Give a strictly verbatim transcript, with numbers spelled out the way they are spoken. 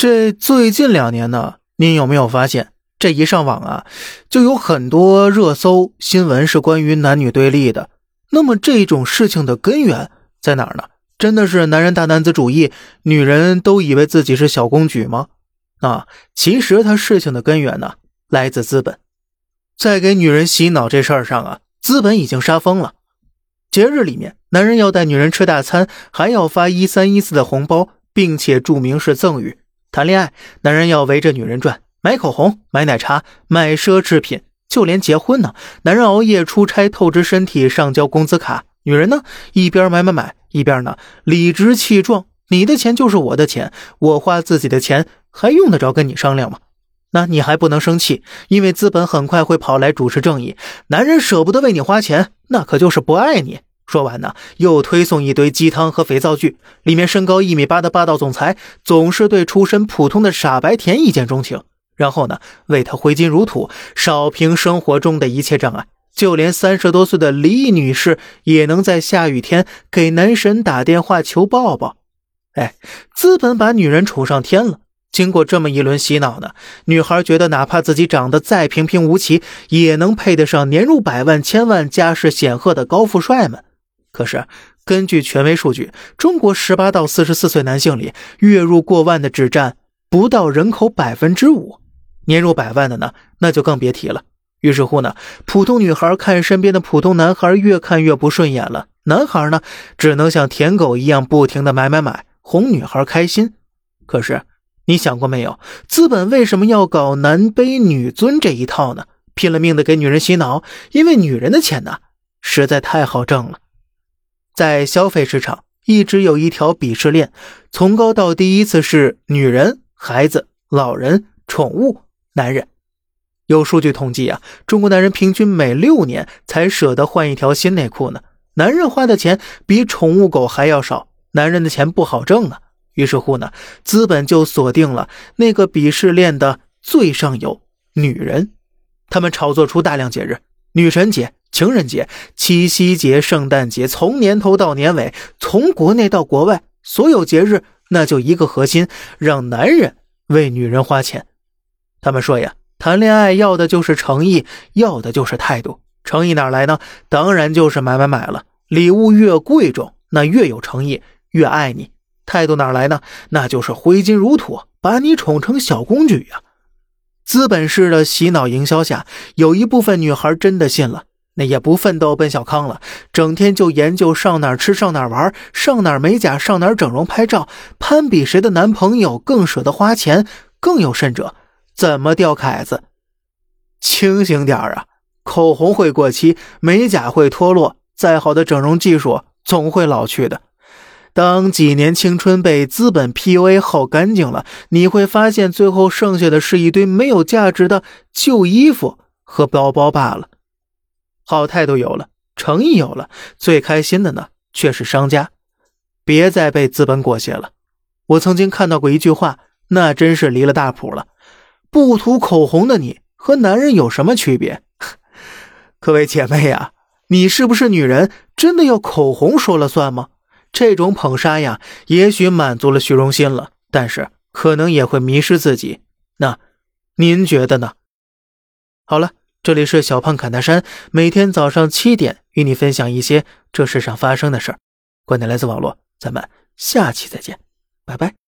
这最近两年呢，您有没有发现，这一上网啊，就有很多热搜新闻是关于男女对立的。那么这种事情的根源在哪儿呢？真的是男人大男子主义，女人都以为自己是小公举吗？啊，其实它事情的根源呢，来自资本。在给女人洗脑这事儿上啊，资本已经杀疯了。节日里面，男人要带女人吃大餐，还要发一三一四的红包，并且注明是赠与。谈恋爱，男人要围着女人转，买口红，买奶茶，买奢侈品，就连结婚呢，男人熬夜出差透支身体上交工资卡，女人呢一边买买买，一边呢理直气壮，你的钱就是我的钱，我花自己的钱还用得着跟你商量吗？那你还不能生气，因为资本很快会跑来主持正义，男人舍不得为你花钱，那可就是不爱你。说完呢，又推送一堆鸡汤和肥皂剧，里面身高一米八的霸道总裁总是对出身普通的傻白甜一见钟情，然后呢，为他挥金如土，少平生活中的一切障碍。就连三十多岁的李女士也能在下雨天给男神打电话求抱抱。哎，资本把女人宠上天了。经过这么一轮洗脑呢，女孩觉得哪怕自己长得再平平无奇，也能配得上年入百万千万家世显赫的高富帅们。可是根据权威数据，中国十八到四十四岁男性里，月入过万的只占不到人口 百分之五， 年入百万的呢，那就更别提了。于是乎呢，普通女孩看身边的普通男孩越看越不顺眼了，男孩呢，只能像舔狗一样不停的买买买，哄女孩开心。可是你想过没有，资本为什么要搞男卑女尊这一套呢？拼了命的给女人洗脑，因为女人的钱呢，实在太好挣了。在消费市场一直有一条鄙视链，从高到低依次是女人、孩子、老人、宠物、男人。有数据统计啊，中国男人平均每六年才舍得换一条新内裤呢。男人花的钱比宠物狗还要少，男人的钱不好挣啊。于是乎呢，资本就锁定了那个鄙视链的最上游，女人。他们炒作出大量节日，女神节、情人节、七夕节、圣诞节，从年头到年尾，从国内到国外，所有节日那就一个核心，让男人为女人花钱。他们说呀，谈恋爱要的就是诚意，要的就是态度。诚意哪来呢？当然就是买买买了，礼物越贵重，那越有诚意，越爱你。态度哪来呢？那就是挥金如土，把你宠成小公举呀。资本式的洗脑营销下，有一部分女孩真的信了，那也不奋斗奔小康了，整天就研究上哪儿吃上哪儿玩，上哪儿美甲上哪儿整容拍照，攀比谁的男朋友更舍得花钱，更有甚者怎么钓凯子。清醒点啊，口红会过期，美甲会脱落，再好的整容技术总会老去的。当几年青春被资本 P U A 耗干净了，你会发现最后剩下的是一堆没有价值的旧衣服和包包罢了。好态度有了，诚意有了，最开心的呢却是商家。别再被资本裹挟了。我曾经看到过一句话，那真是离了大谱了。不涂口红的你和男人有什么区别？各位姐妹呀，你是不是女人真的要口红说了算吗？这种捧杀呀，也许满足了虚荣心了，但是可能也会迷失自己。那您觉得呢？好了，这里是小胖侃大山，每天早上七点与你分享一些这世上发生的事儿。观点来自网络，咱们下期再见，拜拜。